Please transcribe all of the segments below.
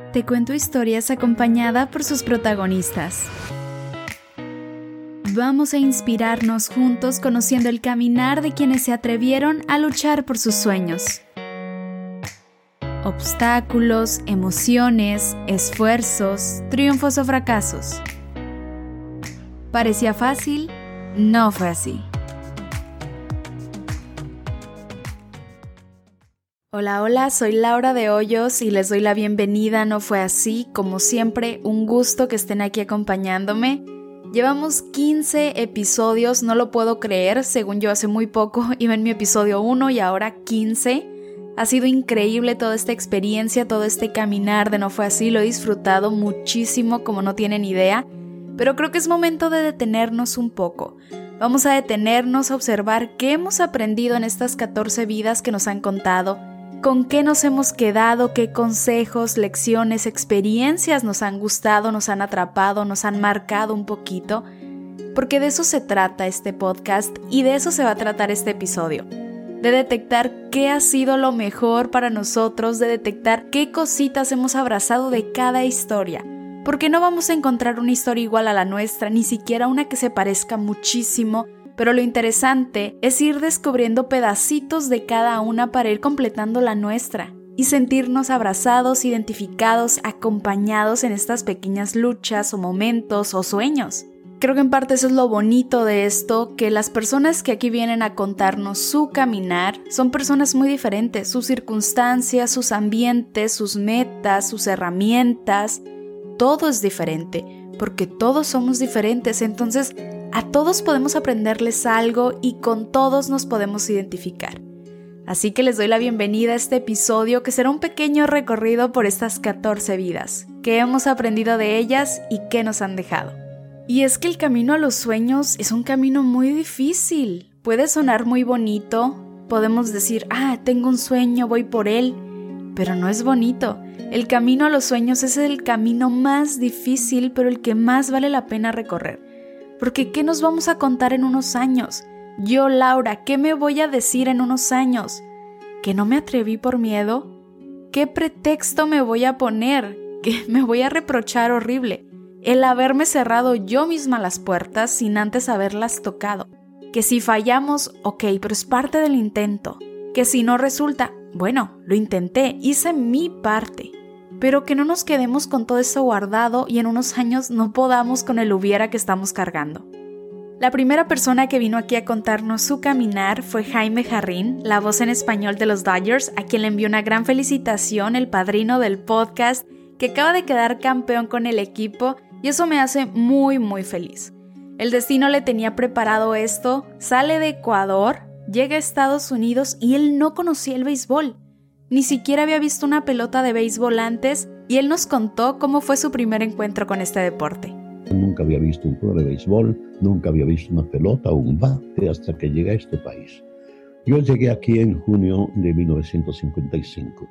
Te cuento historias acompañada por sus protagonistas. Vamos a inspirarnos juntos conociendo el caminar de quienes se atrevieron a luchar por sus sueños. Obstáculos, emociones, esfuerzos, triunfos o fracasos. ¿Parecía fácil? No fue así. Hola, soy Laura de Hoyos y les doy la bienvenida a No Fue Así. Como siempre, un gusto que estén aquí acompañándome. Llevamos 15 episodios, no lo puedo creer, según yo hace muy poco iba en mi episodio 1 y ahora 15. Ha sido increíble toda esta experiencia, todo este caminar de No Fue Así, lo he disfrutado muchísimo como no tienen idea, pero creo que es momento de detenernos un poco. Vamos a detenernos a observar qué hemos aprendido en estas 14 vidas que nos han contado, con qué nos hemos quedado, qué consejos, lecciones, experiencias nos han gustado, nos han atrapado, nos han marcado un poquito, porque de eso se trata este podcast y de eso se va a tratar este episodio, de detectar qué ha sido lo mejor para nosotros, de detectar qué cositas hemos abrazado de cada historia, porque no vamos a encontrar una historia igual a la nuestra, ni siquiera una que se parezca muchísimo. Pero lo interesante es ir descubriendo pedacitos de cada una para ir completando la nuestra y sentirnos abrazados, identificados, acompañados en estas pequeñas luchas o momentos o sueños. Creo que en parte eso es lo bonito de esto, que las personas que aquí vienen a contarnos su caminar son personas muy diferentes, sus circunstancias, sus ambientes, sus metas, sus herramientas, todo es diferente, porque todos somos diferentes, entonces a todos podemos aprenderles algo y con todos nos podemos identificar. Así que les doy la bienvenida a este episodio que será un pequeño recorrido por estas 14 vidas, qué hemos aprendido de ellas y qué nos han dejado. Y es que el camino a los sueños es un camino muy difícil. Puede sonar muy bonito, podemos decir, tengo un sueño, voy por él, pero no es bonito. El camino a los sueños es el camino más difícil, pero el que más vale la pena recorrer. Porque ¿qué nos vamos a contar en unos años? Yo, Laura, ¿qué me voy a decir en unos años? ¿Que no me atreví por miedo? ¿Qué pretexto me voy a poner? ¿Que me voy a reprochar horrible? El haberme cerrado yo misma las puertas sin antes haberlas tocado. Que si fallamos, ok, pero es parte del intento. Que si no resulta, bueno, lo intenté, hice mi parte. Pero que no nos quedemos con todo eso guardado y en unos años no podamos con el hubiera que estamos cargando. La primera persona que vino aquí a contarnos su caminar fue Jaime Jarrín, la voz en español de los Dodgers, a quien le envió una gran felicitación, el padrino del podcast, que acaba de quedar campeón con el equipo, y eso me hace muy, muy feliz. El destino le tenía preparado esto, sale de Ecuador, llega a Estados Unidos y él no conocía el béisbol. Ni siquiera había visto una pelota de béisbol antes y él nos contó cómo fue su primer encuentro con este deporte. Nunca había visto un juego de béisbol, nunca había visto una pelota o un bate hasta que llegué a este país. Yo llegué aquí en junio de 1955.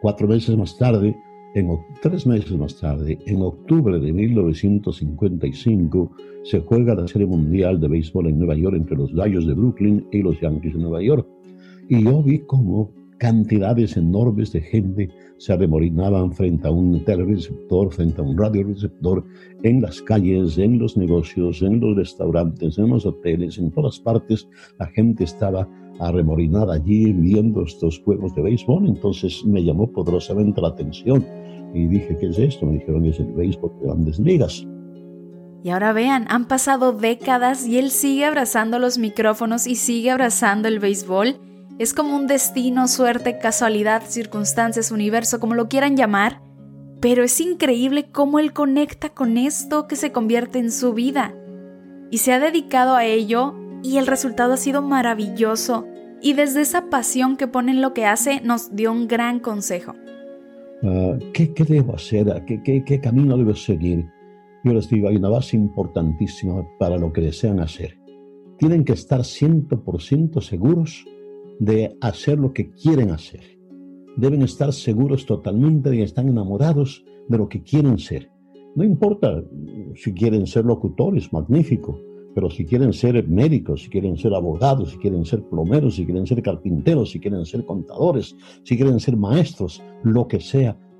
3 meses más tarde, en octubre de 1955, se juega la Serie Mundial de Béisbol en Nueva York entre los Dodgers de Brooklyn y los Yankees de Nueva York. Y yo vi cómo cantidades enormes de gente se arremolinaban frente a un telereceptor, frente a un radioreceptor, en las calles, en los negocios, en los restaurantes, en los hoteles, en todas partes. La gente estaba arremolinada allí viendo estos juegos de béisbol. Entonces me llamó poderosamente la atención y dije, ¿qué es esto? Me dijeron, es el béisbol de Grandes Ligas. Y ahora vean, han pasado décadas y él sigue abrazando los micrófonos y sigue abrazando el béisbol. Es como un destino, suerte, casualidad, circunstancias, universo, como lo quieran llamar, pero es increíble cómo él conecta con esto que se convierte en su vida. Y se ha dedicado a ello y el resultado ha sido maravilloso. Y desde esa pasión que pone en lo que hace, nos dio un gran consejo. ¿Qué debo hacer? ¿Qué camino debo seguir? Yo les digo, hay una base importantísima para lo que desean hacer. Tienen que estar 100% seguros de hacer lo que quieren hacer. Deben estar seguros totalmente de que están enamorados de lo que quieren ser. No importa si quieren ser locutores, magnífico, pero si quieren ser médicos, si quieren ser abogados, si quieren ser plomeros, si quieren ser carpinteros, si quieren ser contadores, si quieren ser maestros, lo que sea,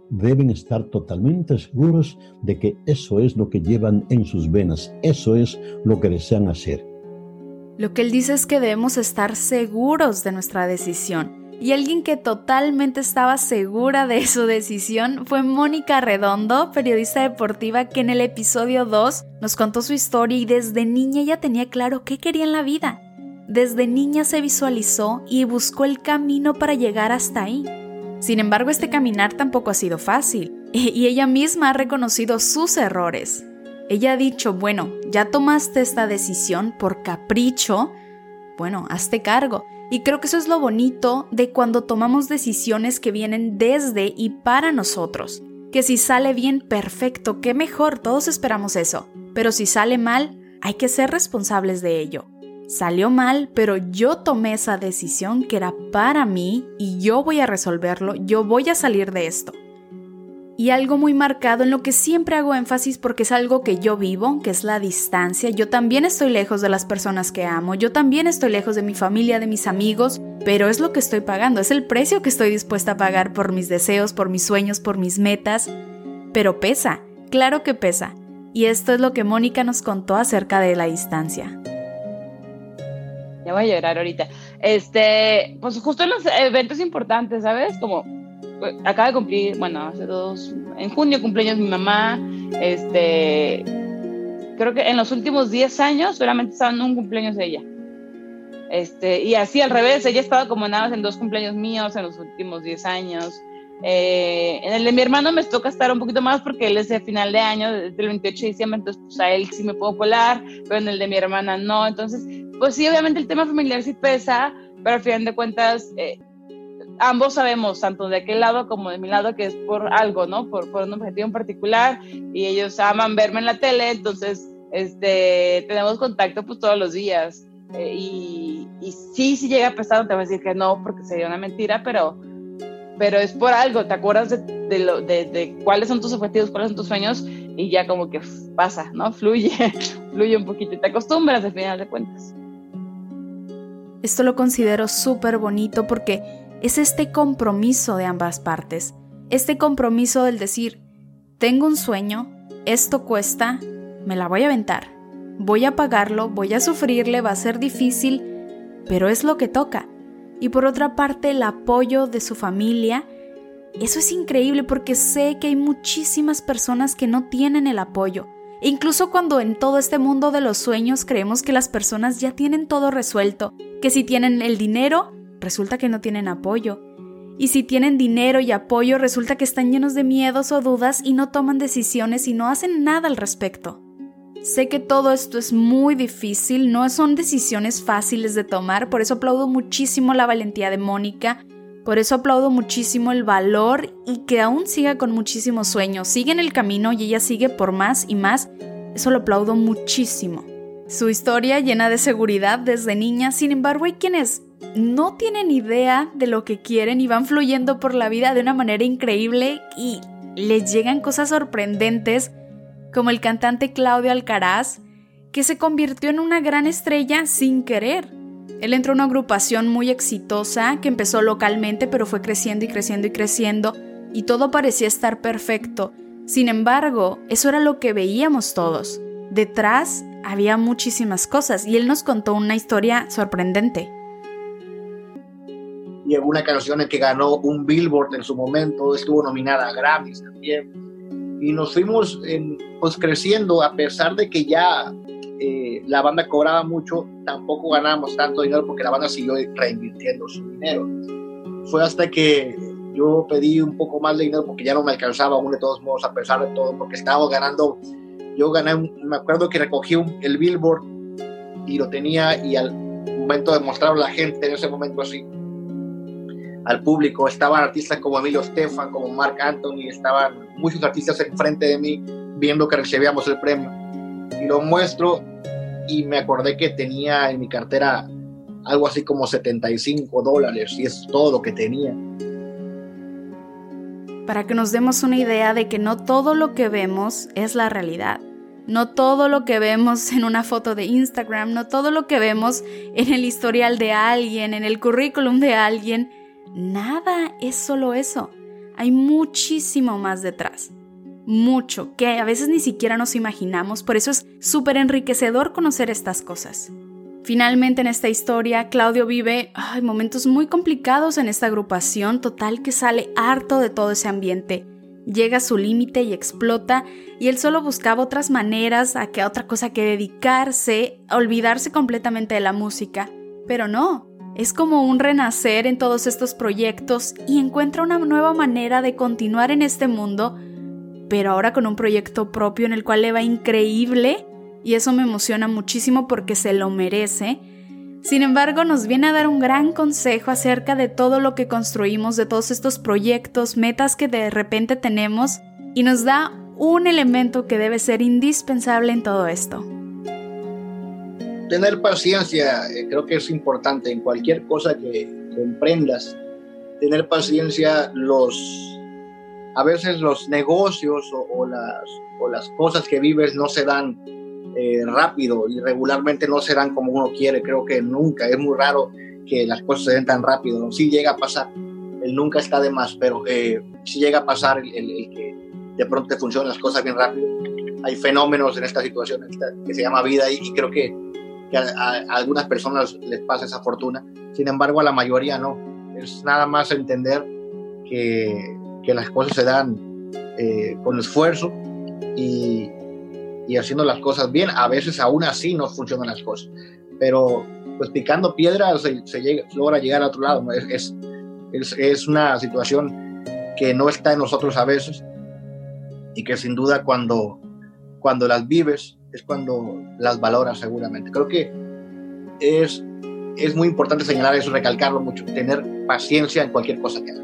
deben estar totalmente seguros de que eso es lo que llevan en sus venas, eso es lo que desean hacer. Lo que él dice es que debemos estar seguros de nuestra decisión. Y alguien que totalmente estaba segura de su decisión fue Mónica Redondo, periodista deportiva, que en el episodio 2 nos contó su historia y desde niña ella tenía claro qué quería en la vida. Desde niña se visualizó y buscó el camino para llegar hasta ahí. Sin embargo, este caminar tampoco ha sido fácil y ella misma ha reconocido sus errores. Ella ha dicho, bueno, ya tomaste esta decisión por capricho, bueno, hazte cargo. Y creo que eso es lo bonito de cuando tomamos decisiones que vienen desde y para nosotros. Que si sale bien, perfecto, qué mejor, todos esperamos eso. Pero si sale mal, hay que ser responsables de ello. Salió mal, pero yo tomé esa decisión que era para mí y yo voy a resolverlo, yo voy a salir de esto. Y algo muy marcado en lo que siempre hago énfasis porque es algo que yo vivo, que es la distancia. Yo también estoy lejos de las personas que amo, yo también estoy lejos de mi familia, de mis amigos, pero es lo que estoy pagando, es el precio que estoy dispuesta a pagar por mis deseos, por mis sueños, por mis metas. Pero pesa, claro que pesa. Y esto es lo que Mónica nos contó acerca de la distancia. Ya voy a llorar ahorita. Pues justo en los eventos importantes, ¿sabes? Como acaba de cumplir, bueno, en junio cumpleaños mi mamá, creo que en los últimos 10 años solamente estaba en un cumpleaños de ella, y así al revés, ella estaba como nada más en 2 cumpleaños míos en los últimos 10 años, en el de mi hermano me toca estar un poquito más porque él es de final de año, del 28 de diciembre, entonces pues a él sí me puedo colar, pero en el de mi hermana no, entonces pues sí, obviamente el tema familiar sí pesa, pero al final de cuentas, ambos sabemos, tanto de aquel lado como de mi lado, que es por algo, ¿no? Por un objetivo en particular, y ellos aman verme en la tele, entonces tenemos contacto pues todos los días, y sí llega a pesar, no te voy a decir que no, porque sería una mentira, pero es por algo, te acuerdas de cuáles son tus objetivos, cuáles son tus sueños, y ya como que pasa, ¿no? Fluye un poquito, y te acostumbras al final de cuentas. Esto lo considero súper bonito porque es este compromiso de ambas partes, este compromiso del decir, tengo un sueño, esto cuesta, me la voy a aventar, voy a pagarlo, voy a sufrirle, va a ser difícil, pero es lo que toca. Y por otra parte, el apoyo de su familia, eso es increíble porque sé que hay muchísimas personas que no tienen el apoyo. E incluso cuando en todo este mundo de los sueños creemos que las personas ya tienen todo resuelto, que si tienen el dinero, resulta que no tienen apoyo. Y si tienen dinero y apoyo, resulta que están llenos de miedos o dudas y no toman decisiones y no hacen nada al respecto. Sé que todo esto es muy difícil, no son decisiones fáciles de tomar, por eso aplaudo muchísimo la valentía de Mónica, por eso aplaudo muchísimo el valor y que aún siga con muchísimos sueños, sigue en el camino y ella sigue por más y más, eso lo aplaudo muchísimo. Su historia llena de seguridad desde niña, sin embargo hay quienes no tienen idea de lo que quieren y van fluyendo por la vida de una manera increíble y les llegan cosas sorprendentes, como el cantante Claudio Alcaraz, que se convirtió en una gran estrella sin querer. Él entró a una agrupación muy exitosa que empezó localmente, pero fue creciendo y creciendo y creciendo, y todo parecía estar perfecto. Sin embargo, eso era lo que veíamos todos. Detrás había muchísimas cosas, y él nos contó una historia sorprendente. Y una canción en que ganó un Billboard en su momento, estuvo nominada a Grammys también. Y nos fuimos pues creciendo, a pesar de que ya la banda cobraba mucho, tampoco ganábamos tanto dinero porque la banda siguió reinvirtiendo su dinero. Fue hasta que yo pedí un poco más de dinero porque ya no me alcanzaba aún de todos modos, a pesar de todo, porque estaba ganando. Yo gané, me acuerdo que recogí el Billboard y lo tenía, y al momento de mostrarlo a la gente en ese momento así, al público, estaban artistas como Emilio Estefan, como Marc Anthony, estaban muchos artistas enfrente de mí viendo que recibíamos el premio, y lo muestro y me acordé que tenía en mi cartera algo así como $75 y es todo lo que tenía. Para que nos demos una idea de que no todo lo que vemos es la realidad. No todo lo que vemos en una foto de Instagram, no todo lo que vemos en el historial de alguien, en el currículum de alguien, nada es solo eso. hay muchísimo más detrás. Mucho, que a veces ni siquiera nos imaginamos, por eso es súper enriquecedor conocer estas cosas. Finalmente en esta historia, Claudio vive momentos muy complicados en esta agrupación, total que sale harto de todo ese ambiente. Llega a su límite y explota, y él solo buscaba otras maneras, a otra cosa que dedicarse, a olvidarse completamente de la música. Pero no, es como un renacer en todos estos proyectos y encuentra una nueva manera de continuar en este mundo, pero ahora con un proyecto propio en el cual le va increíble, y eso me emociona muchísimo porque se lo merece. Sin embargo, nos viene a dar un gran consejo acerca de todo lo que construimos, de todos estos proyectos, metas que de repente tenemos, y nos da un elemento que debe ser indispensable en todo esto. Tener paciencia, creo que es importante en cualquier cosa que emprendas. Tener paciencia, a veces los negocios o las cosas que vives no se dan rápido y regularmente no se dan como uno quiere. Creo que nunca, es muy raro que las cosas se den tan rápido, ¿no? Sí llega a pasar, el nunca está de más, pero sí llega a pasar el que de pronto te funcionan las cosas bien rápido. Hay fenómenos en esta situación que se llama vida y creo que a algunas personas les pasa esa fortuna. Sin embargo, a la mayoría no. Es nada más entender que las cosas se dan con esfuerzo y haciendo las cosas bien. A veces aún así no funcionan las cosas, pero pues picando piedras se logra llegar a otro lado, ¿no? Es una situación que no está en nosotros a veces y que sin duda cuando las vives es cuando las valoras seguramente. Creo que es muy importante señalar eso, recalcarlo mucho, tener paciencia en cualquier cosa que hagas.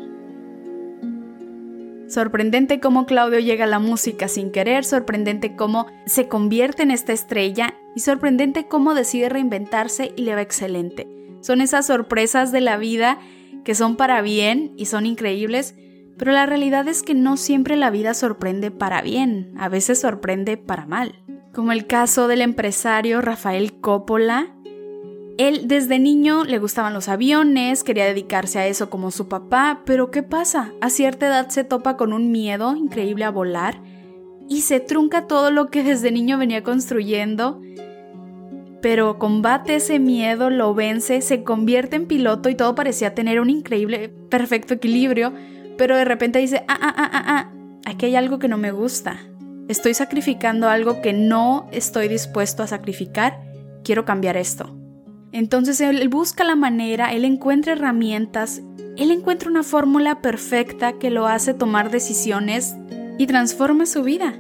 Sorprendente cómo Claudio llega a la música sin querer, sorprendente cómo se convierte en esta estrella y sorprendente cómo decide reinventarse y le va excelente. Son esas sorpresas de la vida que son para bien y son increíbles, pero la realidad es que no siempre la vida sorprende para bien, a veces sorprende para mal. Como el caso del empresario Rafael Coppola. Él desde niño le gustaban los aviones, quería dedicarse a eso como su papá, pero ¿qué pasa? A cierta edad se topa con un miedo increíble a volar y se trunca todo lo que desde niño venía construyendo, pero combate ese miedo, lo vence, se convierte en piloto y todo parecía tener un increíble, perfecto equilibrio, pero de repente dice, aquí hay algo que no me gusta, estoy sacrificando algo que no estoy dispuesto a sacrificar, quiero cambiar esto. Entonces él busca la manera, él encuentra herramientas, él encuentra una fórmula perfecta que lo hace tomar decisiones y transforma su vida.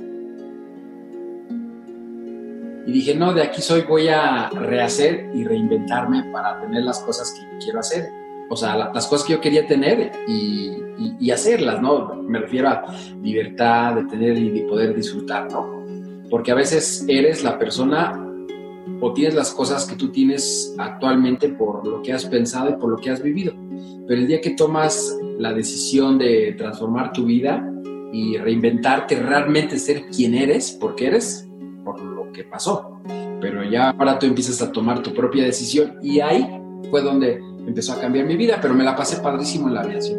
Y dije, no, de aquí voy a rehacer y reinventarme para tener las cosas que yo quiero hacer. O sea, las cosas que yo quería tener y hacerlas, ¿no? Me refiero a libertad, de tener y de poder disfrutar, ¿no? Porque a veces eres la persona o tienes las cosas que tú tienes actualmente por lo que has pensado y por lo que has vivido. Pero el día que tomas la decisión de transformar tu vida y reinventarte, realmente ser quien eres, porque eres por lo que pasó. Pero ya ahora tú empiezas a tomar tu propia decisión y ahí fue donde empezó a cambiar mi vida, pero me la pasé padrísimo en la aviación.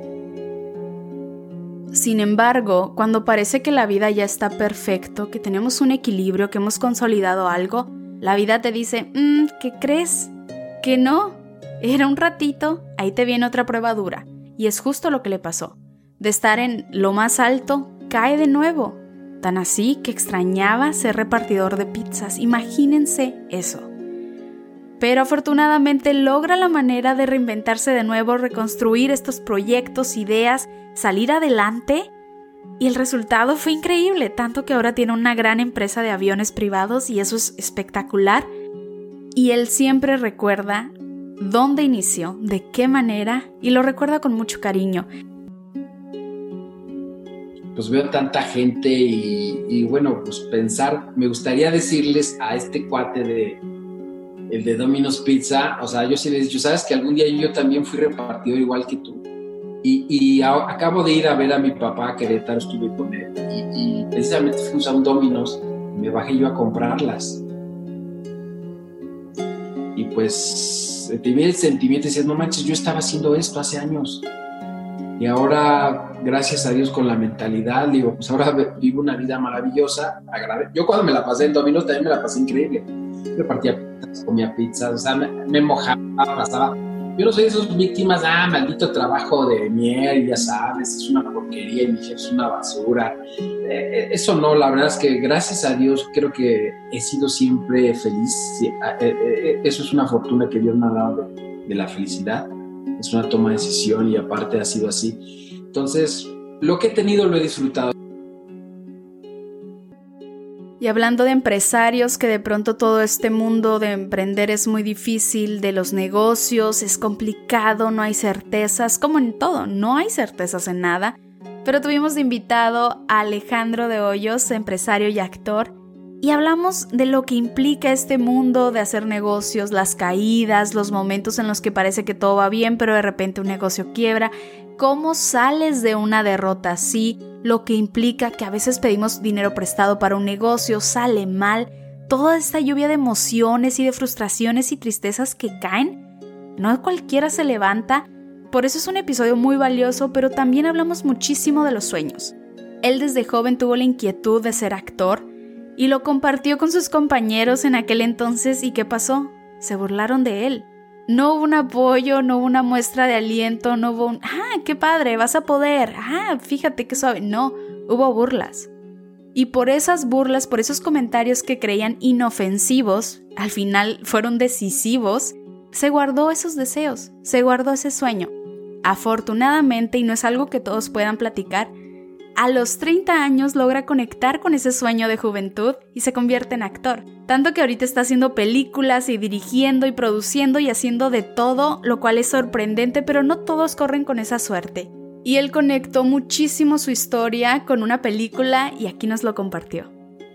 Sin embargo, cuando parece que la vida ya está perfecto, que tenemos un equilibrio, que hemos consolidado algo, la vida te dice, ¿qué crees? Que no, era un ratito, ahí te viene otra prueba dura. Y es justo lo que le pasó. De estar en lo más alto, cae de nuevo. Tan así que extrañaba ser repartidor de pizzas. Imagínense eso. Pero afortunadamente logra la manera de reinventarse de nuevo, reconstruir estos proyectos, ideas, salir adelante. Y el resultado fue increíble, tanto que ahora tiene una gran empresa de aviones privados y eso es espectacular. Y él siempre recuerda dónde inició, de qué manera, y lo recuerda con mucho cariño. Pues veo tanta gente y bueno, pues pensar, me gustaría decirles a este cuate el de Domino's Pizza, o sea, yo sí les he dicho, ¿sabes que algún día yo también fui repartidor igual que tú? Y acabo de ir a ver a mi papá a Querétaro, estuve con él y precisamente fuimos a un Domino's, me bajé yo a comprarlas. Y pues te vi el sentimiento y dices, no manches, yo estaba haciendo esto hace años. Y ahora, gracias a Dios, con la mentalidad, digo, pues ahora vivo una vida maravillosa. Yo cuando me la pasé en Domino's también me la pasé increíble. Me partía pizzas, comía pizzas, o sea, me mojaba, pasaba. Yo no soy de esas víctimas, maldito trabajo de miel, ya sabes, es una porquería y mi jefe es una basura. Eso no, la verdad es que gracias a Dios creo que he sido siempre feliz. Eso es una fortuna que Dios me ha dado de la felicidad. Es una toma de decisión y aparte ha sido así. Entonces, lo que he tenido lo he disfrutado. Y hablando de empresarios, que de pronto todo este mundo de emprender es muy difícil, de los negocios es complicado, no hay certezas, como en todo, no hay certezas en nada. Pero tuvimos de invitado a Alejandro de Hoyos, empresario y actor, y hablamos de lo que implica este mundo de hacer negocios, las caídas, los momentos en los que parece que todo va bien, pero de repente un negocio quiebra. ¿Cómo sales de una derrota así? Lo que implica que a veces pedimos dinero prestado para un negocio, sale mal. Toda esta lluvia de emociones y de frustraciones y tristezas que caen, no cualquiera se levanta. Por eso es un episodio muy valioso, pero también hablamos muchísimo de los sueños. Él desde joven tuvo la inquietud de ser actor y lo compartió con sus compañeros en aquel entonces. ¿Y qué pasó? Se burlaron de él. No hubo un apoyo, no hubo una muestra de aliento, no hubo un qué padre, vas a poder, fíjate qué suave. No, hubo burlas. Y por esas burlas, por esos comentarios que creían inofensivos, al final fueron decisivos, se guardó esos deseos, se guardó ese sueño. Afortunadamente, y no es algo que todos puedan platicar, a los 30 años logra conectar con ese sueño de juventud y se convierte en actor. Tanto que ahorita está haciendo películas y dirigiendo y produciendo y haciendo de todo, lo cual es sorprendente, pero no todos corren con esa suerte. Y él conectó muchísimo su historia con una película y aquí nos lo compartió.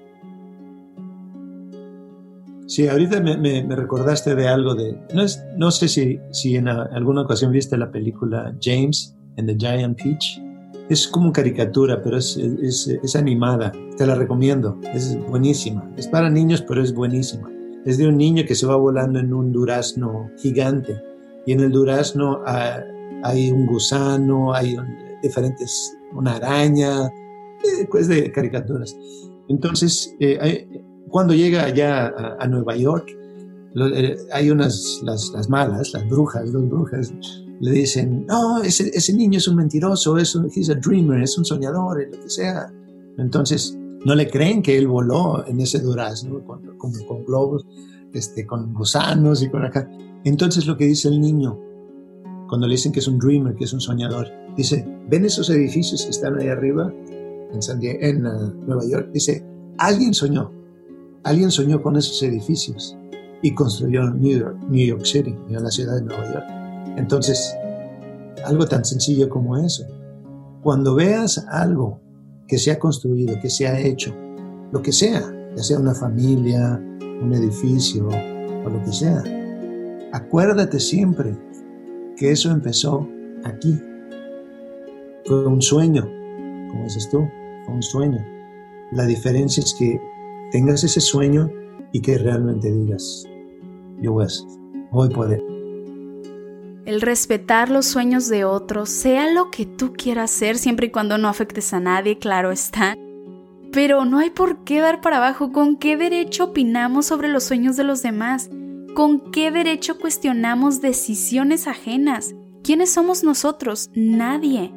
Sí, ahorita me recordaste de algo de... No sé si en alguna ocasión viste la película James and the Giant Peach. Es como caricatura, pero es animada. Te la recomiendo. Es buenísima. Es para niños, pero es buenísima. Es de un niño que se va volando en un durazno gigante. Y en el durazno hay un gusano, hay una araña. Es de caricaturas. Entonces, cuando llega allá a Nueva York, hay las malas, las brujas, dos brujas, le dicen, no, ese niño es un mentiroso, he's a dreamer, es un soñador, lo que sea. Entonces, no le creen que él voló en ese durazno con globos, con gusanos y con acá. Entonces, lo que dice el niño, cuando le dicen que es un dreamer, que es un soñador, dice, ¿ven esos edificios que están ahí arriba en Nueva York? Dice, alguien soñó con esos edificios y construyó New York City, la ciudad de Nueva York. Entonces, algo tan sencillo como eso. Cuando veas algo que se ha construido, que se ha hecho, lo que sea, ya sea una familia, un edificio o lo que sea, acuérdate siempre que eso empezó aquí. Fue un sueño, como dices tú, fue un sueño. La diferencia es que tengas ese sueño y que realmente digas, yo voy por él. El respetar los sueños de otros, sea lo que tú quieras hacer, siempre y cuando no afectes a nadie, claro está. Pero no hay por qué dar para abajo. ¿Con qué derecho opinamos sobre los sueños de los demás? ¿Con qué derecho cuestionamos decisiones ajenas? ¿Quiénes somos nosotros? Nadie.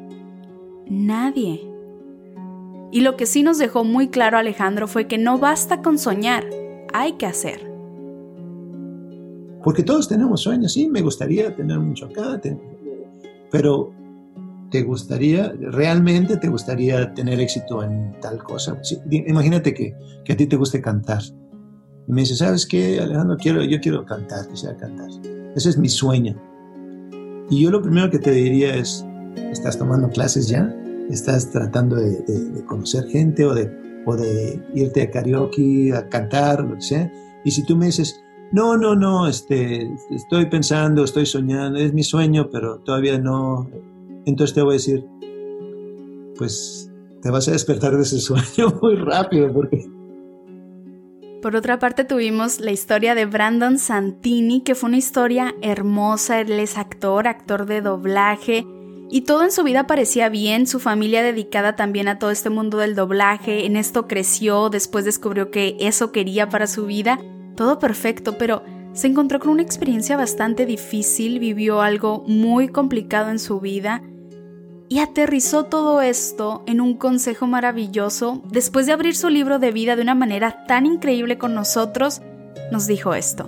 Y lo que sí nos dejó muy claro Alejandro fue que no basta con soñar, hay que hacer. Porque todos tenemos sueños, sí, me gustaría tener mucho acá, pero ¿realmente te gustaría tener éxito en tal cosa? Sí, imagínate que a ti te guste cantar. Y me dices, ¿sabes qué, Alejandro? Yo quiero cantar, quisiera cantar. Ese es mi sueño. Y yo lo primero que te diría es, ¿estás tomando clases ya? ¿Estás tratando de conocer gente o de irte a karaoke, a cantar, lo que sea? Y si tú me dices, no, estoy pensando, estoy soñando, es mi sueño, pero todavía no. Entonces te voy a decir, pues te vas a despertar de ese sueño muy rápido, porque... Por otra parte tuvimos la historia de Brandon Santini, que fue una historia hermosa. Él es actor de doblaje, Y todo en su vida parecía bien, su familia dedicada también a todo este mundo del doblaje, en esto creció, después descubrió que eso quería para su vida, todo perfecto, pero se encontró con una experiencia bastante difícil, vivió algo muy complicado en su vida y aterrizó todo esto en un consejo maravilloso. Después de abrir su libro de vida de una manera tan increíble con nosotros, nos dijo esto.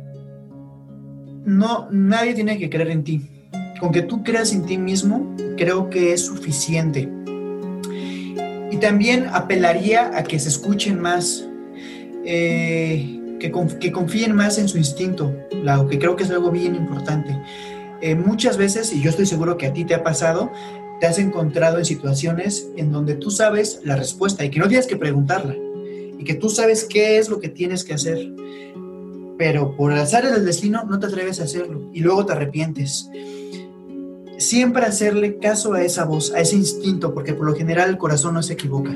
No, nadie tiene que creer en ti. Con que tú creas en ti mismo, creo que es suficiente. Y también apelaría a que se escuchen más, que confíen más en su instinto, que creo que es algo bien importante. Muchas veces, y yo estoy seguro que a ti te ha pasado, te has encontrado en situaciones en donde tú sabes la respuesta y que no tienes que preguntarla, y que tú sabes qué es lo que tienes que hacer, pero por azares del destino no te atreves a hacerlo y luego te arrepientes. Siempre hacerle caso a esa voz, a ese instinto, porque por lo general el corazón no se equivoca.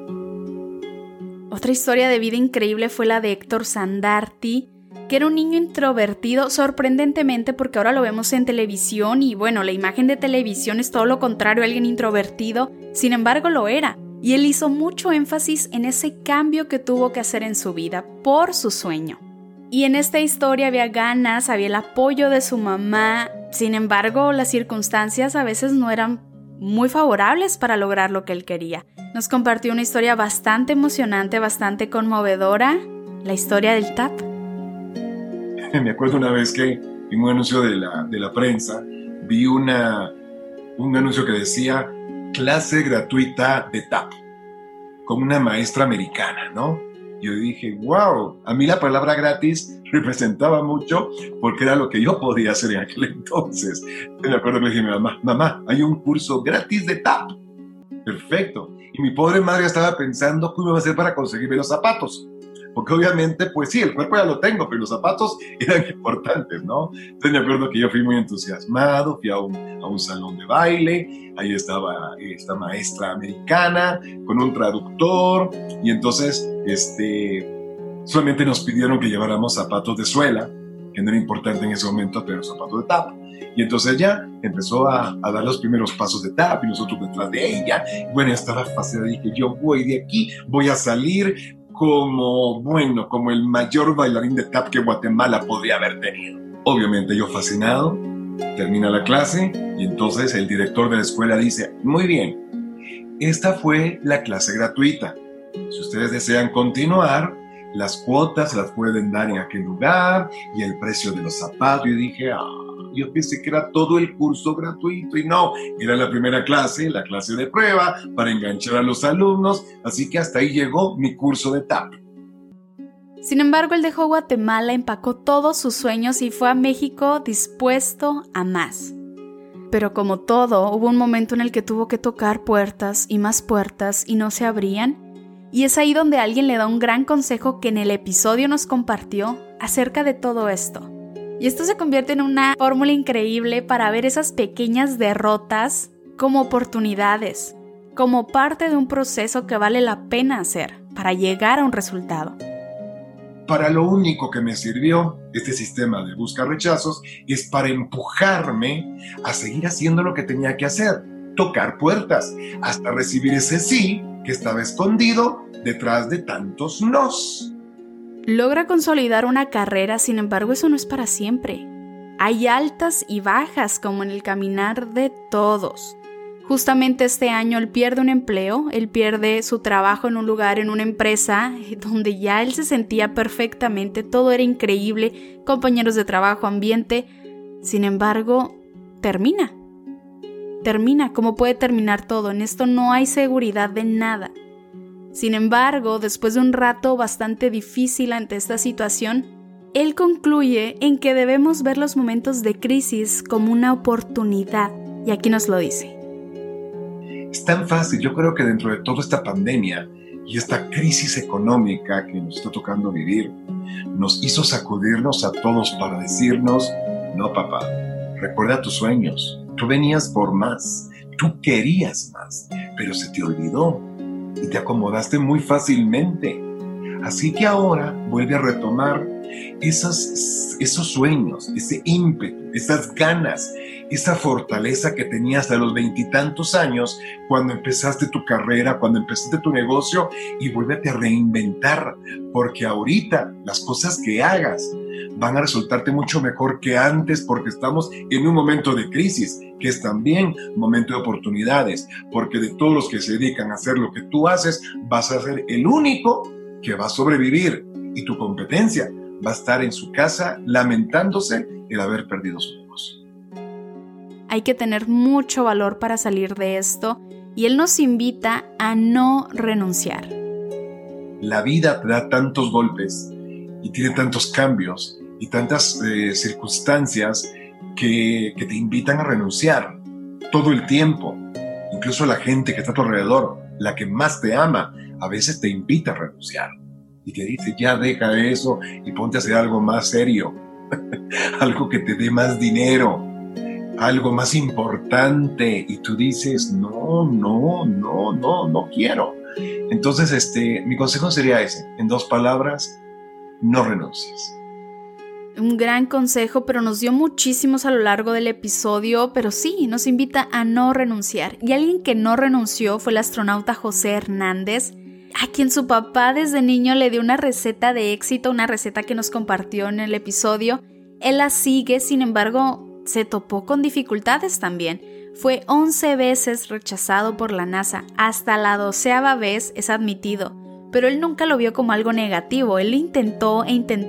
Otra historia de vida increíble fue la de Héctor Sandarti, que era un niño introvertido, sorprendentemente, porque ahora lo vemos en televisión y bueno, la imagen de televisión es todo lo contrario a alguien introvertido, sin embargo lo era. Y él hizo mucho énfasis en ese cambio que tuvo que hacer en su vida por su sueño. Y en esta historia había ganas, había el apoyo de su mamá. Sin embargo, las circunstancias a veces no eran muy favorables para lograr lo que él quería. Nos compartió una historia bastante emocionante, bastante conmovedora, la historia del TAP. Me acuerdo una vez que en un anuncio de la prensa vi un anuncio que decía clase gratuita de TAP con una maestra americana, ¿no? Yo dije, wow, a mí la palabra gratis representaba mucho porque era lo que yo podía hacer en aquel entonces. Me acuerdo que le dije a mi mamá, mamá, hay un curso gratis de TAP. Perfecto. Y mi pobre madre estaba pensando cómo iba a hacer para conseguirme los zapatos. Porque obviamente, pues sí, el cuerpo ya lo tengo, pero los zapatos eran importantes, ¿no? Entonces me acuerdo que yo fui muy entusiasmado, fui a un salón de baile, ahí estaba esta maestra americana con un traductor, y entonces solamente nos pidieron que lleváramos zapatos de suela, que no era importante en ese momento, pero zapatos de TAP. Y entonces ya empezó a dar los primeros pasos de TAP y nosotros detrás de ella. Bueno, estaba fascinada, dije, yo voy de aquí, voy a salir como el mayor bailarín de TAP que Guatemala podría haber tenido. Obviamente yo fascinado, termina la clase y entonces el director de la escuela dice, muy bien, esta fue la clase gratuita. Si ustedes desean continuar, las cuotas las pueden dar en aquel lugar y el precio de los zapatos. Y dije, yo pensé que era todo el curso gratuito y no, era la primera clase, la clase de prueba para enganchar a los alumnos, así que hasta ahí llegó mi curso de TAP. Sin embargo, él dejó Guatemala, empacó todos sus sueños y fue a México dispuesto a más. Pero como todo, hubo un momento en el que tuvo que tocar puertas y no se abrían, y es ahí donde alguien le da un gran consejo que en el episodio nos compartió acerca de todo esto. Y esto se convierte en una fórmula increíble para ver esas pequeñas derrotas como oportunidades, como parte de un proceso que vale la pena hacer para llegar a un resultado. Para lo único que me sirvió este sistema de busca rechazos es para empujarme a seguir haciendo lo que tenía que hacer, tocar puertas, hasta recibir ese sí que estaba escondido detrás de tantos nos. Logra consolidar una carrera, sin embargo, eso no es para siempre. Hay altas y bajas como en el caminar de todos. Justamente este año él pierde un empleo, él pierde su trabajo en un lugar, en una empresa donde ya él se sentía perfectamente, todo era increíble, compañeros de trabajo, ambiente. Sin embargo, termina. ¿Cómo puede terminar todo? En esto no hay seguridad de nada. Sin embargo, después de un rato bastante difícil ante esta situación, él concluye en que debemos ver los momentos de crisis como una oportunidad. Y aquí nos lo dice. Es tan fácil, yo creo que dentro de toda esta pandemia y esta crisis económica que nos está tocando vivir, nos hizo sacudirnos a todos para decirnos, no papá, recuerda tus sueños, tú venías por más, tú querías más, pero se te olvidó y te acomodaste muy fácilmente. Así que ahora vuelve a retomar esos sueños, ese ímpetu, esas ganas, esa fortaleza que tenías a los 20 y tantos años cuando empezaste tu carrera, cuando empezaste tu negocio, y vuélvete a reinventar, porque ahorita las cosas que hagas van a resultarte mucho mejor que antes, porque estamos en un momento de crisis, que es también un momento de oportunidades, porque de todos los que se dedican a hacer lo que tú haces, vas a ser el único que va a sobrevivir, y tu competencia va a estar en su casa lamentándose el haber perdido su negocio. Hay que tener mucho valor para salir de esto, y él nos invita a no renunciar. La vida te da tantos golpes y tiene tantos cambios y tantas circunstancias que te invitan a renunciar todo el tiempo. Incluso la gente que está a tu alrededor, la que más te ama, a veces te invita a renunciar y te dice, ya deja eso y ponte a hacer algo más serio, algo que te dé más dinero, algo más importante, y tú dices, no quiero. Entonces, mi consejo sería ese, en 2 palabras: no renuncies. Un gran consejo, pero nos dio muchísimos a lo largo del episodio, pero sí, nos invita a no renunciar. Y alguien que no renunció fue el astronauta José Hernández, a quien su papá desde niño le dio una receta de éxito, una receta que nos compartió en el episodio. Él la sigue, sin embargo, se topó con dificultades también. Fue 11 veces rechazado por la NASA, hasta la 12ª vez es admitido. Pero él nunca lo vio como algo negativo. Él intentó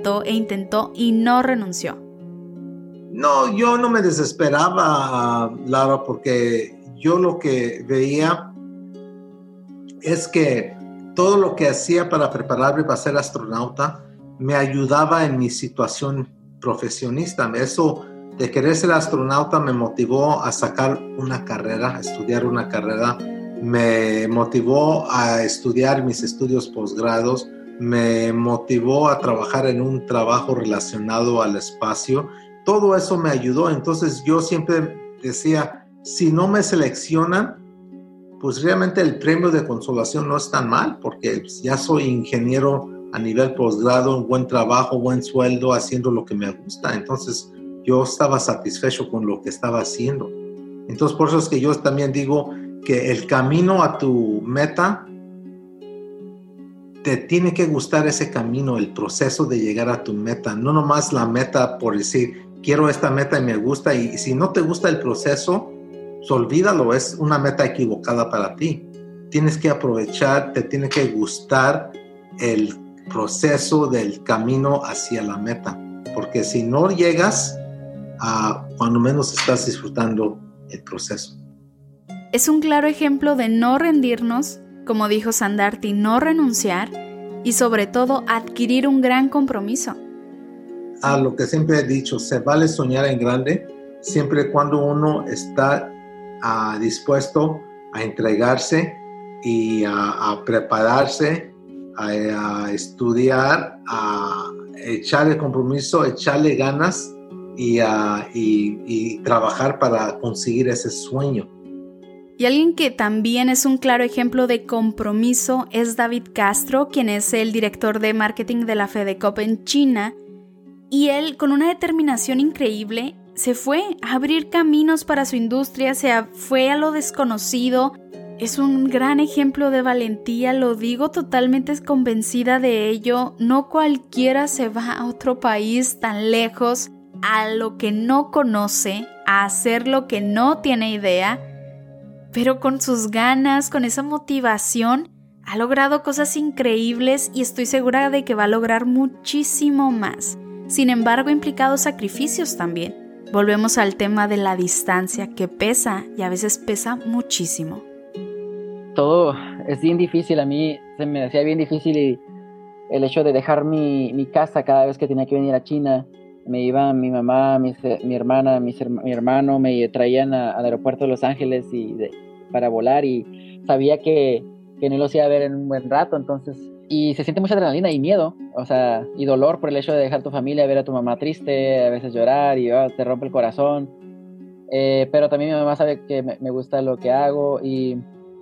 y no renunció. No, yo no me desesperaba, Laura, porque yo lo que veía es que todo lo que hacía para prepararme para ser astronauta me ayudaba en mi situación profesionista. Eso de querer ser astronauta me motivó a sacar una carrera, a estudiar una carrera. Me motivó a estudiar mis estudios posgrados, me motivó a trabajar en un trabajo relacionado al espacio. Todo eso me ayudó. Entonces yo siempre decía, si no me seleccionan, pues realmente el premio de consolación no es tan mal, porque ya soy ingeniero a nivel posgrado, un buen trabajo, buen sueldo, haciendo lo que me gusta. Entonces yo estaba satisfecho con lo que estaba haciendo. Entonces por eso es que yo también digo que el camino a tu meta, te tiene que gustar ese camino, el proceso de llegar a tu meta, no nomás la meta por decir, quiero esta meta y me gusta, y si no te gusta el proceso, pues olvídalo, es una meta equivocada para ti. Tienes que aprovechar, te tiene que gustar el proceso del camino hacia la meta, porque si no llegas, cuando menos estás disfrutando el proceso. Es un claro ejemplo de no rendirnos, como dijo Sandarti, no renunciar y sobre todo adquirir un gran compromiso. A lo que siempre he dicho, se vale soñar en grande siempre y cuando uno está dispuesto a entregarse y a prepararse, a estudiar, a echarle compromiso, echarle ganas y trabajar para conseguir ese sueño. Y alguien que también es un claro ejemplo de compromiso es David Castro, quien es el director de marketing de la FEDECOP en China. Y él, con una determinación increíble, se fue a abrir caminos para su industria, fue a lo desconocido. Es un gran ejemplo de valentía, lo digo totalmente convencida de ello. No cualquiera se va a otro país tan lejos, a lo que no conoce, a hacer lo que no tiene idea. Pero con sus ganas, con esa motivación, ha logrado cosas increíbles y estoy segura de que va a lograr muchísimo más. Sin embargo, ha implicado sacrificios también. Volvemos al tema de la distancia, que pesa y a veces pesa muchísimo. Todo es bien difícil, a mí se me hacía bien difícil el hecho de dejar mi casa cada vez que tenía que venir a China. Me iban mi mamá, mi hermana, mi hermano, me traían al aeropuerto de Los Ángeles para volar y sabía que no los iba a ver en un buen rato, entonces, y se siente mucha adrenalina y miedo, o sea, y dolor por el hecho de dejar tu familia, ver a tu mamá triste, a veces llorar y te rompe el corazón, pero también mi mamá sabe que me gusta lo que hago y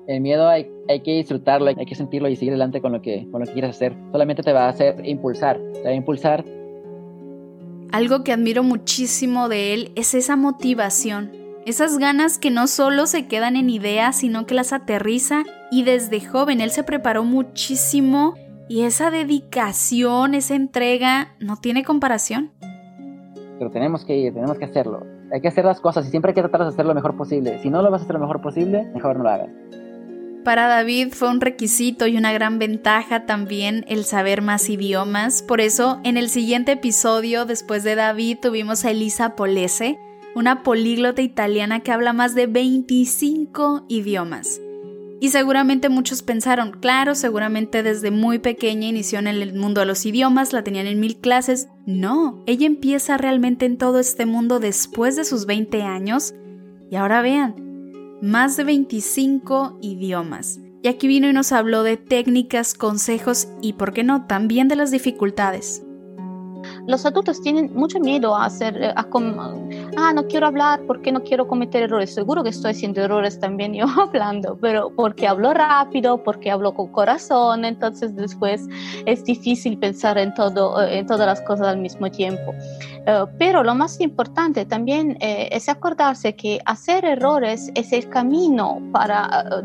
El miedo hay que disfrutarlo, hay que sentirlo y seguir adelante con lo que quieras hacer. Solamente te va a hacer impulsar, te va a impulsar. Algo que admiro muchísimo de él es esa motivación, esas ganas que no solo se quedan en ideas, sino que las aterriza, y desde joven él se preparó muchísimo y esa dedicación, esa entrega no tiene comparación. Pero tenemos que ir, tenemos que hacerlo. Hay que hacer las cosas y siempre hay que tratar de hacer lo mejor posible. Si no lo vas a hacer lo mejor posible, mejor no lo hagas. Para David fue un requisito y una gran ventaja también el saber más idiomas. Por eso, en el siguiente episodio, después de David, tuvimos a Elisa Polese, una políglota italiana que habla más de 25 idiomas. Y seguramente muchos pensaron, claro, seguramente desde muy pequeña inició en el mundo de los idiomas, la tenían en 1000 clases. No, ella empieza realmente en todo este mundo después de sus 20 años. Y ahora vean, más de 25 idiomas. Y aquí vino y nos habló de técnicas, consejos y, ¿por qué no?, también de las dificultades. Los adultos tienen mucho miedo a no quiero hablar porque no quiero cometer errores. Seguro que estoy haciendo errores también yo hablando, pero porque hablo rápido, porque hablo con corazón, entonces después es difícil pensar en todas las cosas al mismo tiempo. Pero lo más importante también es acordarse que hacer errores es el camino para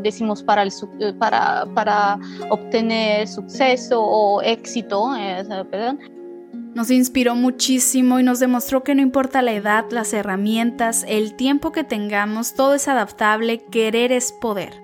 obtener suceso o éxito, Nos inspiró muchísimo y nos demostró que no importa la edad, las herramientas, el tiempo que tengamos, todo es adaptable, querer es poder.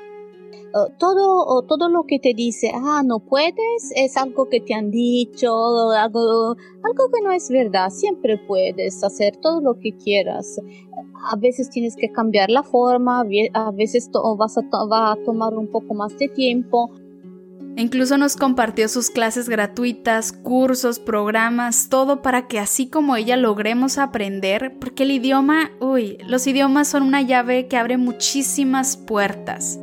Todo lo que te dice, no puedes, es algo que te han dicho, algo que no es verdad. Siempre puedes hacer todo lo que quieras. A veces tienes que cambiar la forma, a veces va a tomar un poco más de tiempo. Incluso nos compartió sus clases gratuitas, cursos, programas, todo para que así como ella logremos aprender, porque los idiomas son una llave que abre muchísimas puertas.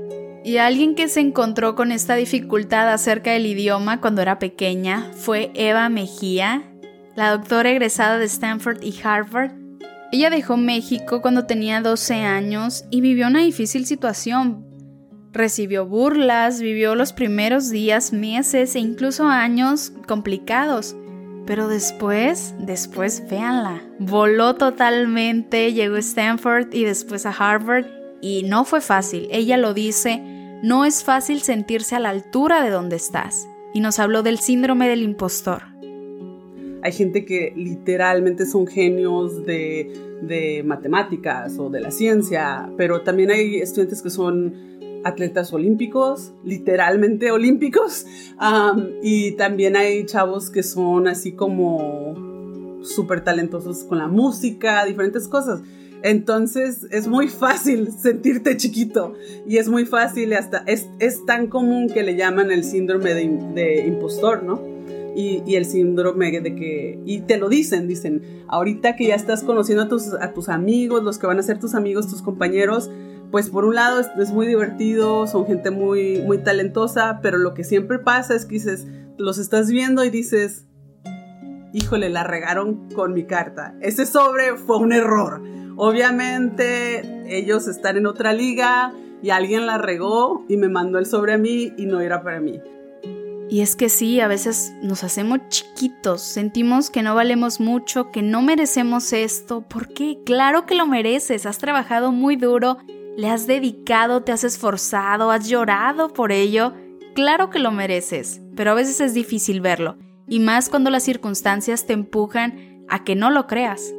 Y alguien que se encontró con esta dificultad acerca del idioma cuando era pequeña fue Eva Mejía, la doctora egresada de Stanford y Harvard. Ella dejó México cuando tenía 12 años y vivió una difícil situación. Recibió burlas, vivió los primeros días, meses e incluso años complicados. Pero después, véanla, voló totalmente, llegó a Stanford y después a Harvard y no fue fácil. Ella lo dice, no es fácil sentirse a la altura de donde estás. Y nos habló del síndrome del impostor. Hay gente que literalmente son genios de matemáticas o de la ciencia, pero también hay estudiantes que son atletas olímpicos, literalmente olímpicos, y también hay chavos que son así como súper talentosos con la música, diferentes cosas. Entonces es muy fácil sentirte chiquito y es muy fácil, hasta es tan común que le llaman el síndrome de impostor, ¿no? Y el síndrome de que, y te lo dicen, ahorita que ya estás conociendo a tus amigos, los que van a ser tus amigos, tus compañeros, pues por un lado es muy divertido, son gente muy, muy talentosa, pero lo que siempre pasa es que dices, los estás viendo y dices, híjole, la regaron con mi carta. Ese sobre fue un error. Obviamente ellos están en otra liga y alguien la regó y me mandó el sobre a mí y no era para mí. Y es que sí, a veces nos hacemos chiquitos, sentimos que no valemos mucho, que no merecemos esto. ¿Por qué? Claro que lo mereces, has trabajado muy duro, le has dedicado, te has esforzado, has llorado por ello. Claro que lo mereces, pero a veces es difícil verlo, y más cuando las circunstancias te empujan a que no lo creas.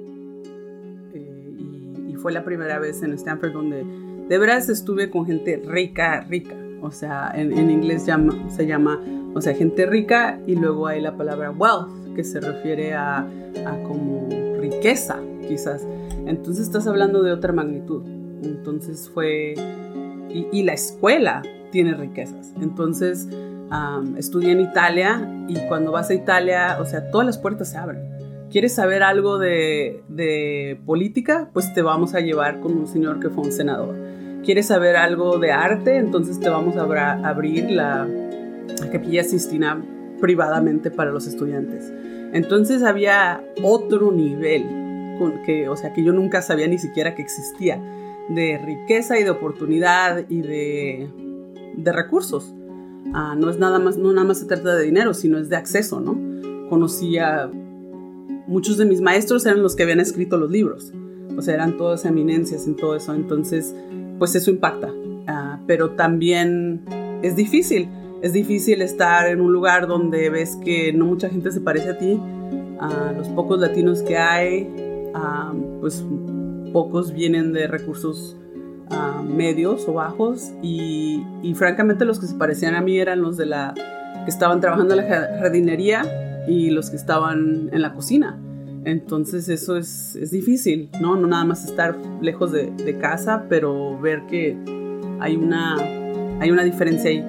Y fue la primera vez en Stanford donde de veras estuve con gente rica. O sea, en inglés se llama, o sea, gente rica, y luego hay la palabra wealth, que se refiere a como riqueza, quizás. Entonces estás hablando de otra magnitud. Entonces fue... Y la escuela tiene riquezas. Entonces estudié en Italia, y cuando vas a Italia, o sea, todas las puertas se abren. ¿Quieres saber algo de política? Pues te vamos a llevar con un señor que fue un senador. ¿Quieres saber algo de arte? Entonces te vamos a abrir la Capilla Sistina privadamente para los estudiantes. Entonces había otro nivel que yo nunca sabía ni siquiera que existía. de riqueza y de oportunidad y de recursos. No nada más se trata de dinero, sino es de acceso, ¿no? Conocí a muchos de mis maestros, eran los que habían escrito los libros, o sea, eran todas eminencias en todo eso, entonces pues eso impacta, pero también es difícil estar en un lugar donde ves que no mucha gente se parece a ti, los pocos latinos que hay, pues pocos vienen de recursos medios o bajos y francamente los que se parecían a mí eran los que estaban trabajando en la jardinería y los que estaban en la cocina. Entonces eso es difícil, ¿no? No nada más estar lejos de casa, pero ver que hay una diferencia ahí.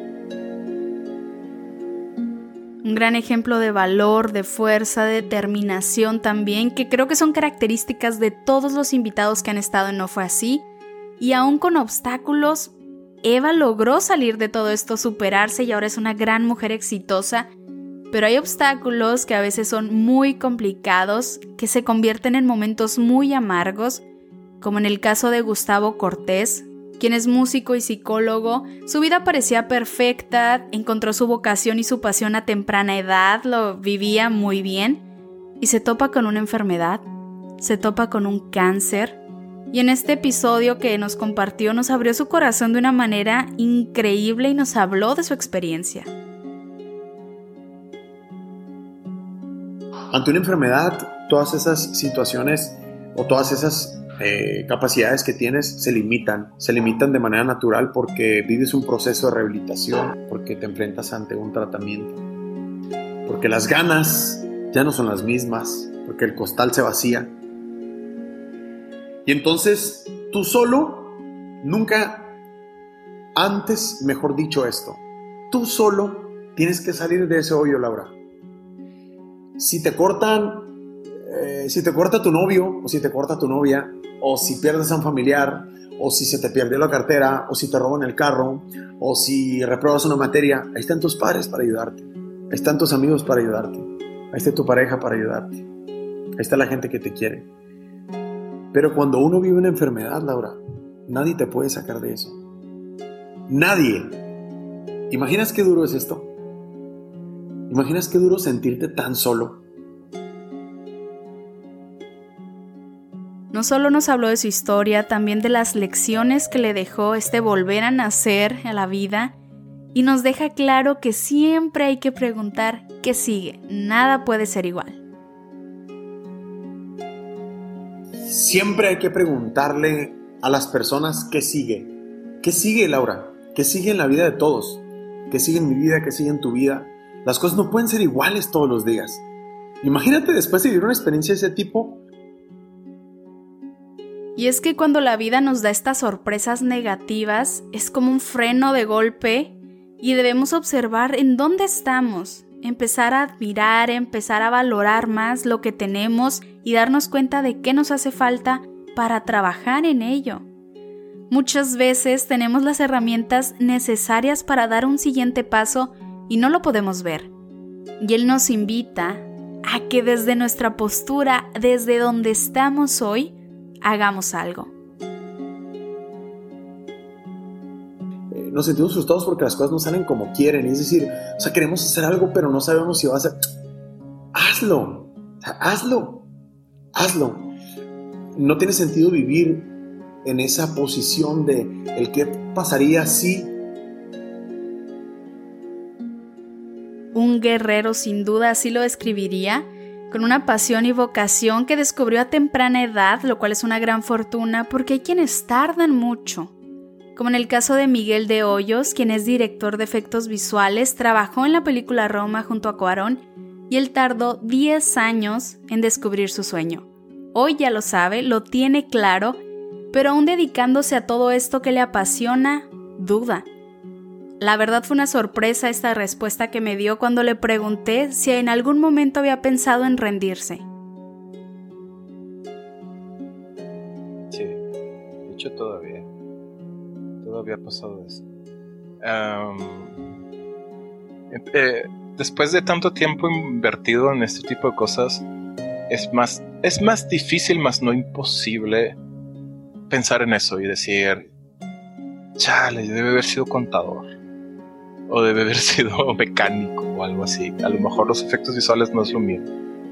Un gran ejemplo de valor, de fuerza, de determinación también, que creo que son características de todos los invitados que han estado en No Fue Así. Y aún con obstáculos, Eva logró salir de todo esto, superarse y ahora es una gran mujer exitosa. Pero hay obstáculos que a veces son muy complicados, que se convierten en momentos muy amargos, como en el caso de Gustavo Cortés, quien es músico y psicólogo. Su vida parecía perfecta, encontró su vocación y su pasión a temprana edad, lo vivía muy bien, y se topa con una enfermedad, se topa con un cáncer. Y en este episodio que nos compartió nos abrió su corazón de una manera increíble y nos habló de su experiencia. Ante una enfermedad, todas esas situaciones o todas esas capacidades que tienes se limitan de manera natural porque vives un proceso de rehabilitación, porque te enfrentas ante un tratamiento, porque las ganas ya no son las mismas, porque el costal se vacía. Y entonces tú solo, nunca antes, mejor dicho esto, tú solo tienes que salir de ese hoyo, Laura. Si te corta tu novio o si te corta tu novia, o si pierdes a un familiar, o si se te perdió la cartera, o si te roban el carro, o si repruebas una materia, ahí están tus padres para ayudarte, ahí están tus amigos para ayudarte, ahí está tu pareja para ayudarte, ahí está la gente que te quiere. Pero cuando uno vive una enfermedad, Laura, nadie te puede sacar de eso. Nadie. ¿Imaginas qué duro es esto? ¿Imaginas qué duro sentirte tan solo? No solo nos habló de su historia, también de las lecciones que le dejó este volver a nacer a la vida, y nos deja claro que siempre hay que preguntar qué sigue. Nada puede ser igual. Siempre hay que preguntarle a las personas qué sigue. ¿Qué sigue, Laura? ¿Qué sigue en la vida de todos? ¿Qué sigue en mi vida? ¿Qué sigue en tu vida? Las cosas no pueden ser iguales todos los días. Imagínate después de vivir una experiencia de ese tipo. Y es que cuando la vida nos da estas sorpresas negativas, es como un freno de golpe y debemos observar en dónde estamos, empezar a admirar, empezar a valorar más lo que tenemos y darnos cuenta de qué nos hace falta para trabajar en ello. Muchas veces tenemos las herramientas necesarias para dar un siguiente paso y no lo podemos ver. Y Él nos invita a que desde nuestra postura, desde donde estamos hoy, hagamos algo. Nos sentimos frustrados porque las cosas no salen como quieren. Es decir, queremos hacer algo, pero no sabemos si va a ser. Hazlo. Hazlo. No tiene sentido vivir en esa posición de el qué pasaría si. Un guerrero, sin duda, así lo describiría, con una pasión y vocación que descubrió a temprana edad, lo cual es una gran fortuna porque hay quienes tardan mucho. Como en el caso de Miguel de Hoyos, quien es director de efectos visuales, trabajó en la película Roma junto a Cuarón y él tardó 10 años en descubrir su sueño. Hoy ya lo sabe, lo tiene claro, pero aún dedicándose a todo esto que le apasiona, duda. La verdad fue una sorpresa esta respuesta que me dio cuando le pregunté si en algún momento había pensado en rendirse. Sí, de hecho todavía ha pasado eso. Después de tanto tiempo invertido en este tipo de cosas, es más difícil, más no imposible, pensar en eso y decir, chale, debe haber sido contador o debe haber sido mecánico o algo así. A lo mejor los efectos visuales no es lo mío.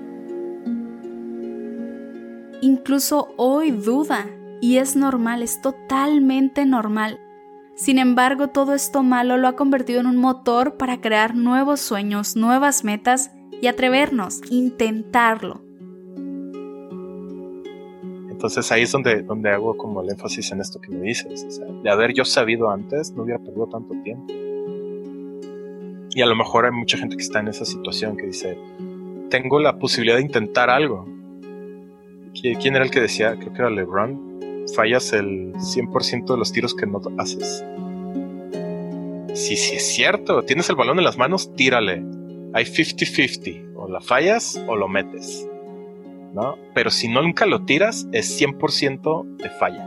Incluso hoy duda, y es normal, es totalmente normal. Sin embargo, todo esto malo lo ha convertido en un motor para crear nuevos sueños, nuevas metas y atrevernos, intentarlo. Entonces ahí es donde hago como el énfasis en esto que me dices. O sea, de haber yo sabido antes, no hubiera perdido tanto tiempo. Y a lo mejor hay mucha gente que está en esa situación que dice, tengo la posibilidad de intentar algo. ¿Quién era el que decía? Creo que era LeBron. Fallas el 100% de los tiros que no haces. Sí, es cierto. Tienes el balón en las manos, tírale. Hay 50-50. O la fallas o lo metes, ¿no? Pero si nunca lo tiras, es 100% de falla.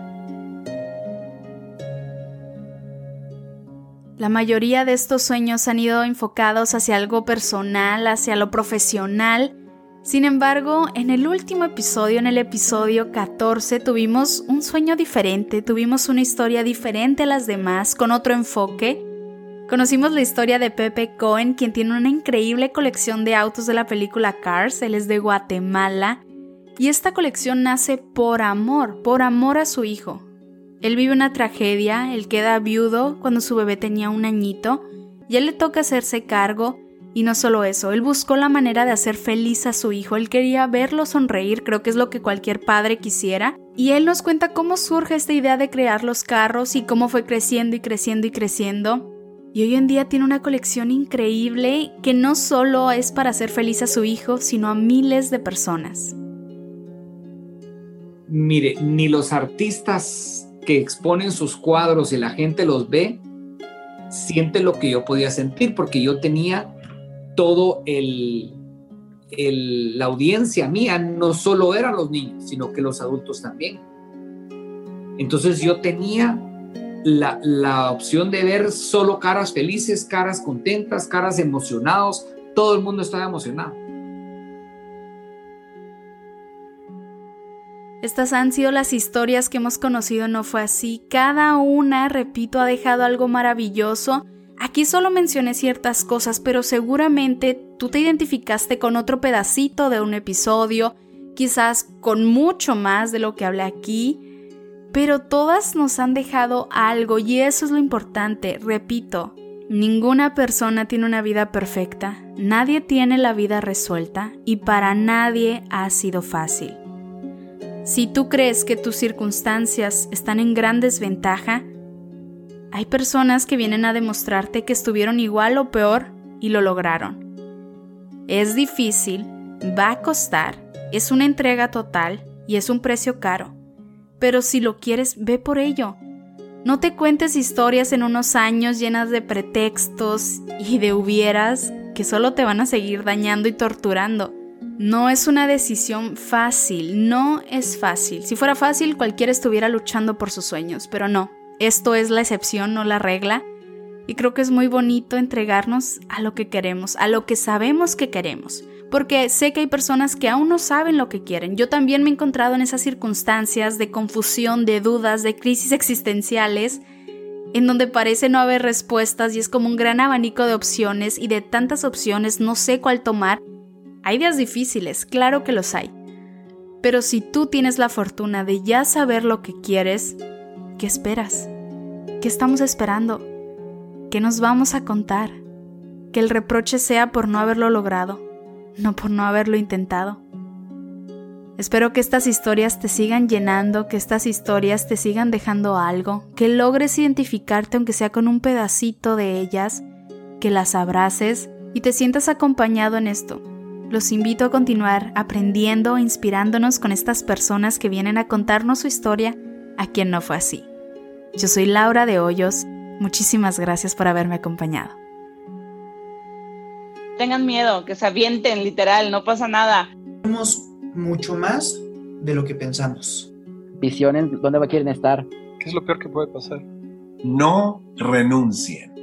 La mayoría de estos sueños han ido enfocados hacia algo personal, hacia lo profesional. Sin embargo, en el último episodio, en el episodio 14, tuvimos un sueño diferente, tuvimos una historia diferente a las demás, con otro enfoque. Conocimos la historia de Pepe Cohen, quien tiene una increíble colección de autos de la película Cars. Él es de Guatemala. Y esta colección nace por amor a su hijo. Él vive una tragedia, él queda viudo cuando su bebé tenía 1 añito, y él le toca hacerse cargo. Y no solo eso, él buscó la manera de hacer feliz a su hijo, él quería verlo sonreír, creo que es lo que cualquier padre quisiera. Y él nos cuenta cómo surge esta idea de crear los carros y cómo fue creciendo y creciendo y creciendo. Y hoy en día tiene una colección increíble que no solo es para hacer feliz a su hijo, sino a miles de personas. Mire, ni los artistas que exponen sus cuadros y la gente los ve, siente lo que yo podía sentir, porque yo tenía todo la audiencia mía, no solo eran los niños, sino que los adultos también. Entonces yo tenía la opción de ver solo caras felices, caras contentas, caras emocionados. Todo el mundo estaba emocionado. Estas han sido las historias que hemos conocido en No Fue Así. Cada una, repito, ha dejado algo maravilloso. Aquí solo mencioné ciertas cosas, pero seguramente tú te identificaste con otro pedacito de un episodio, quizás con mucho más de lo que hablé aquí, pero todas nos han dejado algo y eso es lo importante. Repito, ninguna persona tiene una vida perfecta, nadie tiene la vida resuelta y para nadie ha sido fácil. Si tú crees que tus circunstancias están en gran desventaja, hay personas que vienen a demostrarte que estuvieron igual o peor y lo lograron. Es difícil, va a costar, es una entrega total y es un precio caro. Pero si lo quieres, ve por ello. No te cuentes historias en unos años llenas de pretextos y de hubieras que solo te van a seguir dañando y torturando. No es una decisión fácil, no es fácil. Si fuera fácil, cualquiera estuviera luchando por sus sueños, pero no. Esto es la excepción, no la regla, y creo que es muy bonito entregarnos a lo que queremos, a lo que sabemos que queremos, porque sé que hay personas que aún no saben lo que quieren. Yo también me he encontrado en esas circunstancias de confusión, de dudas, de crisis existenciales, en donde parece no haber respuestas y es como un gran abanico de opciones, y de tantas opciones no sé cuál tomar. Hay días difíciles, claro que los hay, pero si tú tienes la fortuna de ya saber lo que quieres, ¿qué esperas? ¿Qué estamos esperando? ¿Qué nos vamos a contar? Que el reproche sea por no haberlo logrado, no por no haberlo intentado. Espero que estas historias te sigan llenando, que estas historias te sigan dejando algo, que logres identificarte aunque sea con un pedacito de ellas, que las abraces y te sientas acompañado en esto. Los invito a continuar aprendiendo e inspirándonos con estas personas que vienen a contarnos su historia a quien no fue así. Yo soy Laura de Hoyos, muchísimas gracias por haberme acompañado. Tengan miedo, que se avienten, literal, no pasa nada. Somos mucho más de lo que pensamos. Visionen dónde quieren estar. ¿Qué es lo peor que puede pasar? No renuncien.